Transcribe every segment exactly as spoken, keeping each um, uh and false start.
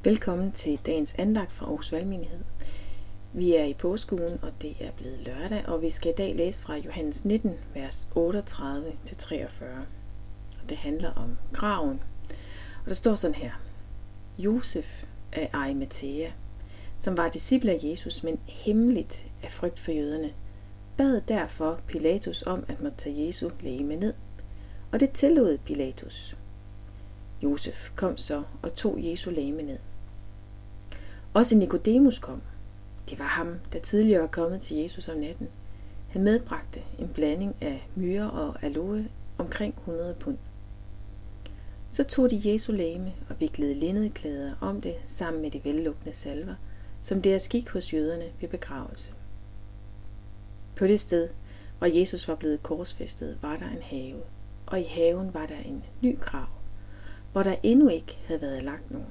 Velkommen til dagens andagt fra Aarhus Valgmenighed. Vi er i påskeugen, og det er blevet lørdag, og vi skal i dag læse fra Johannes nitten, vers otteogtredive til treogfyrre. Og det handler om graven. Og der står sådan her. Josef af Arimathæa, som var disciple af Jesus, men hemmeligt af frygt for jøderne, bad derfor Pilatus om at måtte tage Jesu legeme ned. Og det tillod Pilatus. Josef kom så og tog Jesu legeme ned. Også Nikodemus kom. Det var ham, der tidligere var kommet til Jesus om natten. Han medbragte en blanding af myre og aloe, omkring hundrede pund. Så tog de Jesu legeme og viklede linnedklæder om det sammen med de vellugtende salver, som det er skik hos jøderne ved begravelse. På det sted, hvor Jesus var blevet korsfæstet, var der en have, og i haven var der en ny grav, hvor der endnu ikke havde været lagt nogen.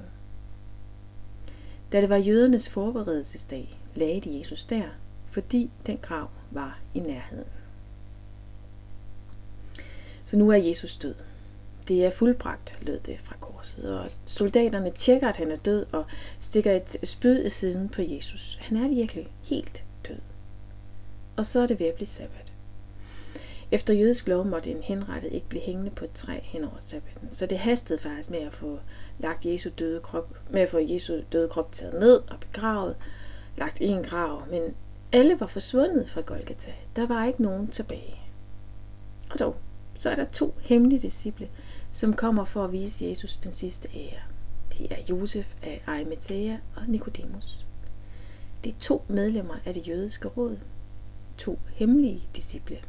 Da det var jødernes forberedelsesdag, lagde de Jesus der, fordi den grav var i nærheden. Så nu er Jesus død. Det er fuldbragt, lød det fra korset, og soldaterne tjekker, at han er død, og stikker et spyd i siden på Jesus. Han er virkelig helt død. Og så er det ved at blive sabbat. Efter jødisk lov måtte en henrettet ikke blive hængende på et træ hen over sabbaten, så det hastede faktisk med at få lagt Jesu døde krop, med at få Jesu døde krop taget ned og begravet, lagt i en grav, men alle var forsvundet fra Golgata. Der var ikke nogen tilbage. Og dog, så er der to hemmelige disciple, som kommer for at vise Jesus den sidste ære. Det er Josef af Arimathæa og Nikodemus. Det er to medlemmer af det jødiske råd. To hemmelige disciple.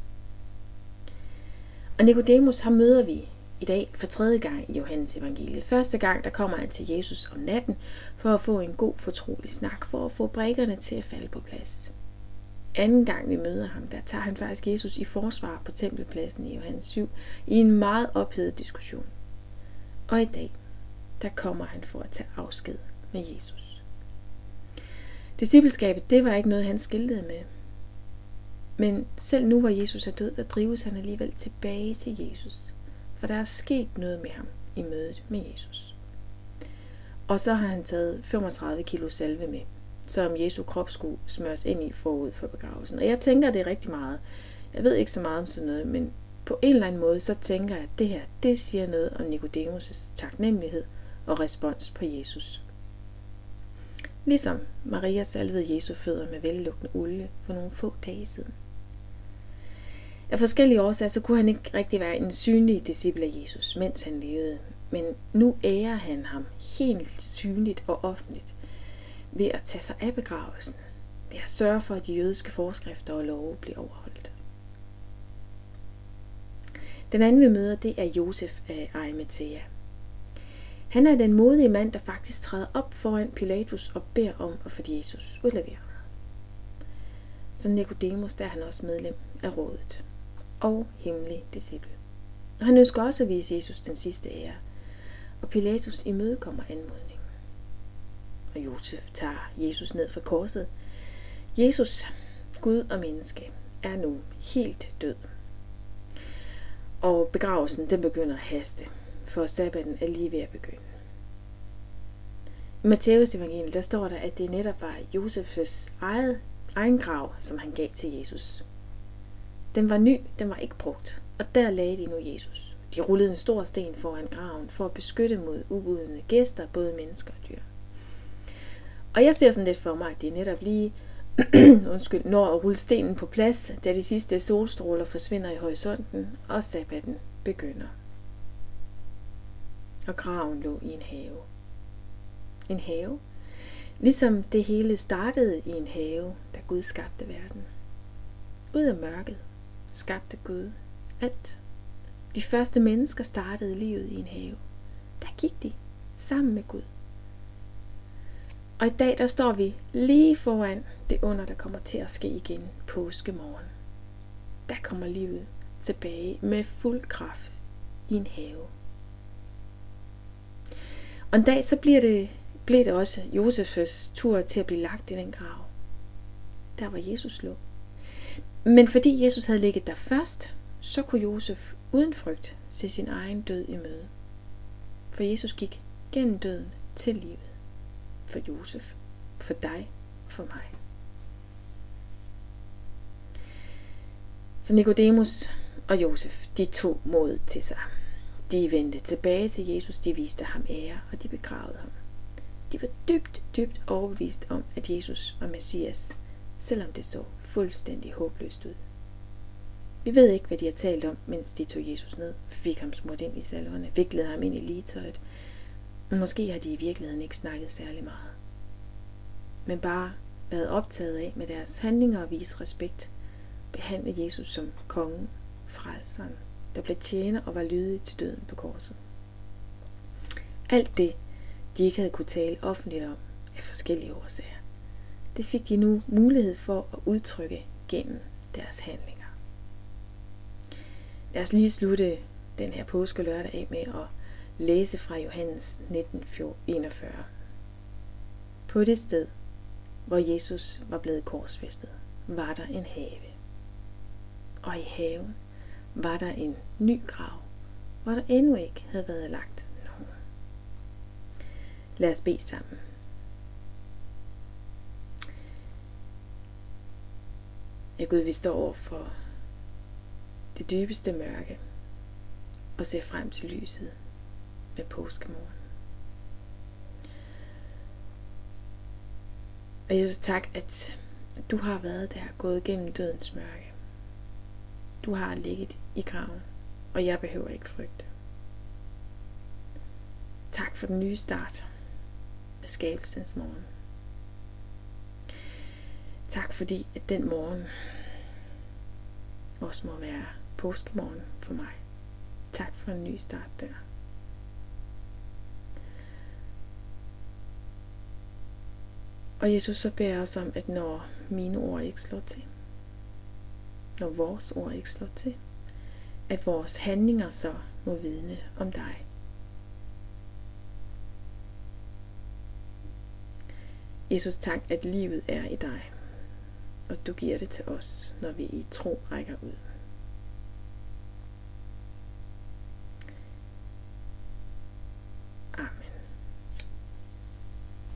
Og Nikodemus, ham møder vi i dag for tredje gang i Johannes evangeliet. Første gang, der kommer han til Jesus om natten for at få en god fortrolig snak, for at få brikkerne til at falde på plads. Anden gang vi møder ham, der tager han faktisk Jesus i forsvar på tempelpladsen i Johannes syv i en meget ophedet diskussion. Og i dag, der kommer han for at tage afsked med Jesus. Discipleskabet, det var ikke noget, han skiltede med. Men selv nu, hvor Jesus er død, der drives han alligevel tilbage til Jesus. For der er sket noget med ham i mødet med Jesus. Og så har han taget femogtredive kilo salve med, som Jesu krop skulle smøres ind i forud for begravelsen. Og jeg tænker, det er rigtig meget. Jeg ved ikke så meget om sådan noget, men på en eller anden måde, så tænker jeg, at det her, det siger noget om Nikodemus' taknemmelighed og respons på Jesus. Ligesom Maria salvede Jesu fødder med vellugtende olie for nogle få dage siden. Af forskellige årsager, så kunne han ikke rigtig være en synlig disciple af Jesus, mens han levede. Men nu ærer han ham helt synligt og offentligt ved at tage sig af begravelsen, ved at sørge for, at de jødiske forskrifter og love bliver overholdt. Den anden vi møder, det er Josef af Arimathæa. Han er den modige mand, der faktisk træder op foran Pilatus og beder om at få Jesus udleveret. Som Nikodemus, der er han også medlem af rådet og hemmelig disciple. Og han ønsker også at vise Jesus den sidste ære, og Pilatus imødekommer anmodningen. Og Josef tager Jesus ned fra korset. Jesus, Gud og menneske, er nu helt død. Og begravelsen, den begynder at haste, for sabbaten er lige ved at begynde. I Matthæus evangeliet, der står der, at det netop var Josefs eget, egen grav, som han gav til Jesus. Den var ny, den var ikke brugt, og der lagde de nu Jesus. De rullede en stor sten foran graven, for at beskytte mod ubudne gæster, både mennesker og dyr. Og jeg ser sådan lidt for mig, at de netop lige undskyld, når at rulle stenen på plads, da de sidste solstråler forsvinder i horisonten, og sabbaten begynder. Og graven lå i en have. En have? Ligesom det hele startede i en have, da Gud skabte verden. Ud af mørket skabte Gud alt. De første mennesker startede livet i en have. Der gik de sammen med Gud. Og i dag, der står vi lige foran det under, der kommer til at ske igen påskemorgen. Der kommer livet tilbage med fuld kraft i en have. Og en dag, så bliver det, blev det også Josefs tur til at blive lagt i den grav. Der var Jesus lå. Men fordi Jesus havde ligget der først, så kunne Josef uden frygt se sin egen død i møde. For Jesus gik gennem døden til livet. for Josef, for dig og for mig. Så Nikodemus og Josef, de tog modet til sig. De vendte tilbage til Jesus, de viste ham ære, og de begravede ham. De var dybt, dybt overbevist om, at Jesus var Messias, selvom det så fuldstændig håbløst ud. Vi ved ikke, hvad de har talt om, mens de tog Jesus ned, fik ham smurt ind i salverne, viklede ham ind i ligetøjet. Måske har de i virkeligheden ikke snakket særlig meget, men bare været optaget af med deres handlinger og vise respekt, behandle Jesus som kongen, frelseren, der blev tjener og var lydig til døden på korset. Alt det, de ikke havde kunne tale offentligt om af forskellige årsager, det fik de nu mulighed for at udtrykke gennem deres handlinger. Lad os lige slutte den her påskelørdag af med at læse fra Johannes nitten enogfyrre. På det sted, hvor Jesus var blevet korsfæstet, var der en have. Og i haven var der en ny grav, hvor der endnu ikke havde været lagt nogen. Lad os bede sammen. Ja Gud, vi står over for det dybeste mørke og ser frem til lyset med påskemorgen. Og Jesus, tak, at du har været der, gået gennem dødens mørke. Du har ligget i graven, og jeg behøver ikke frygte. Tak for den nye start med skabelsens morgen. Tak fordi, at den morgen også må være påskemorgen for mig. Tak for en ny start der. Og Jesus, så beder jeg os om, at når mine ord ikke slår til, når vores ord ikke slår til, at vores handlinger så må vidne om dig. Jesus, tak, at livet er i dig, og du giver det til os, når vi i tro rækker ud.